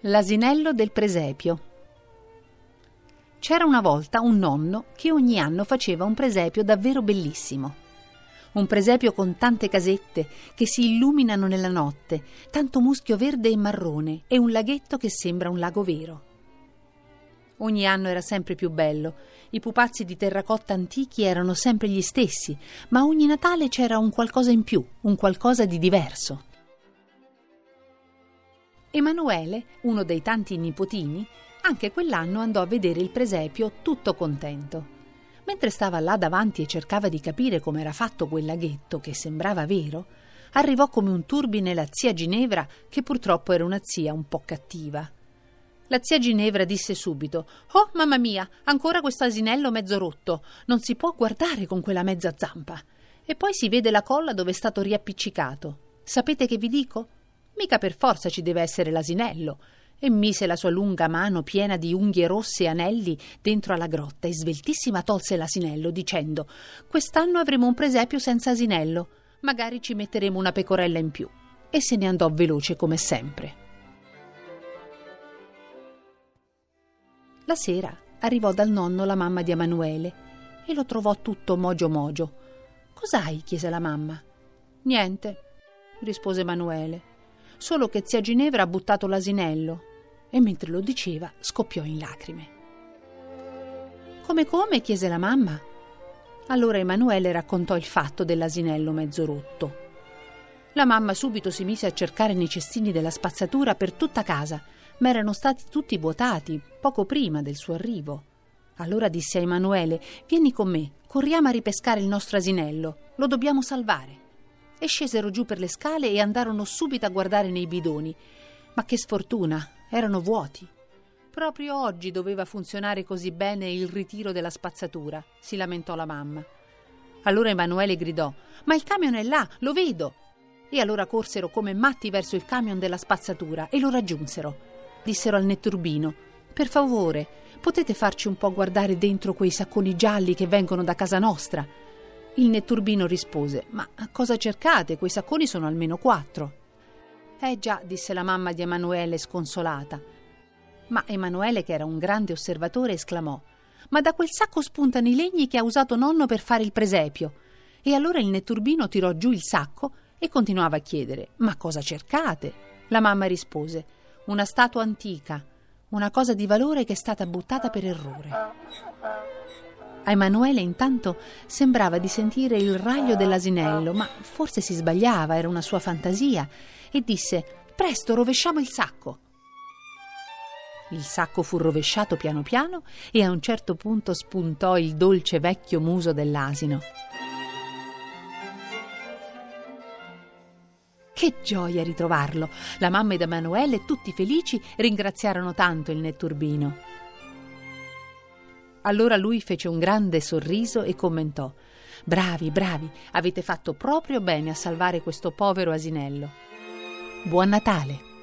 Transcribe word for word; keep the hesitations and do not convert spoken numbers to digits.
L'asinello del presepio. C'era una volta un nonno che ogni anno faceva un presepio davvero bellissimo. Un presepio con tante casette che si illuminano nella notte, tanto muschio verde e marrone e un laghetto che sembra un lago vero. Ogni anno era sempre più bello. I pupazzi di terracotta antichi erano sempre gli stessi, ma ogni Natale c'era un qualcosa in più, un qualcosa di diverso. Emanuele, uno dei tanti nipotini, anche quell'anno andò a vedere il presepio tutto contento. Mentre stava là davanti e cercava di capire come era fatto quel laghetto che sembrava vero, arrivò come un turbine la zia Ginevra, che purtroppo era una zia un po' cattiva. La zia Ginevra disse subito: «Oh, mamma mia, ancora questo asinello mezzo rotto! Non si può guardare con quella mezza zampa! E poi si vede la colla dove è stato riappiccicato. Sapete che vi dico? Mica per forza ci deve essere l'asinello!» E mise la sua lunga mano piena di unghie rosse e anelli dentro alla grotta e sveltissima tolse l'asinello dicendo: «Quest'anno avremo un presepio senza asinello, magari ci metteremo una pecorella in più». E se ne andò veloce come sempre. La sera arrivò dal nonno la mamma di Emanuele e lo trovò tutto mogio mogio. «Cos'hai?» chiese la mamma. «Niente», rispose Emanuele, «solo che zia Ginevra ha buttato l'asinello». E mentre lo diceva scoppiò in lacrime. «Come come?» chiese la mamma. Allora Emanuele raccontò il fatto dell'asinello mezzo rotto. La mamma subito si mise a cercare nei cestini della spazzatura per tutta casa, ma erano stati tutti vuotati poco prima del suo arrivo. Allora disse a Emanuele: «Vieni con me, corriamo a ripescare il nostro asinello, lo dobbiamo salvare». E scesero giù per le scale e andarono subito a guardare nei bidoni. Ma che sfortuna, erano vuoti. Proprio oggi doveva funzionare così bene il ritiro della spazzatura, si lamentò la mamma. Allora Emanuele gridò: «Ma il camion è là, lo vedo!» E allora corsero come matti verso il camion della spazzatura e lo raggiunsero. Dissero al netturbino: «Per favore, potete farci un po' guardare dentro quei sacconi gialli che vengono da casa nostra?» Il netturbino rispose: «Ma cosa cercate? Quei sacconi sono almeno quattro». «Eh già», disse la mamma di Emanuele sconsolata. Ma Emanuele, che era un grande osservatore, esclamò: «Ma da quel sacco spuntano i legni che ha usato nonno per fare il presepio». E allora il netturbino tirò giù il sacco e continuava a chiedere: «Ma cosa cercate?» La mamma rispose: «Una statua antica, una cosa di valore che è stata buttata per errore». A Emanuele intanto sembrava di sentire il raglio dell'asinello, ma forse si sbagliava, era una sua fantasia, e disse: «Presto, rovesciamo il sacco». Il sacco fu rovesciato piano piano e a un certo punto spuntò il dolce vecchio muso dell'asino. Che gioia ritrovarlo! La mamma ed Emanuele, tutti felici, ringraziarono tanto il netturbino. Allora lui fece un grande sorriso e commentò: «Bravi, bravi, avete fatto proprio bene a salvare questo povero asinello. Buon Natale!»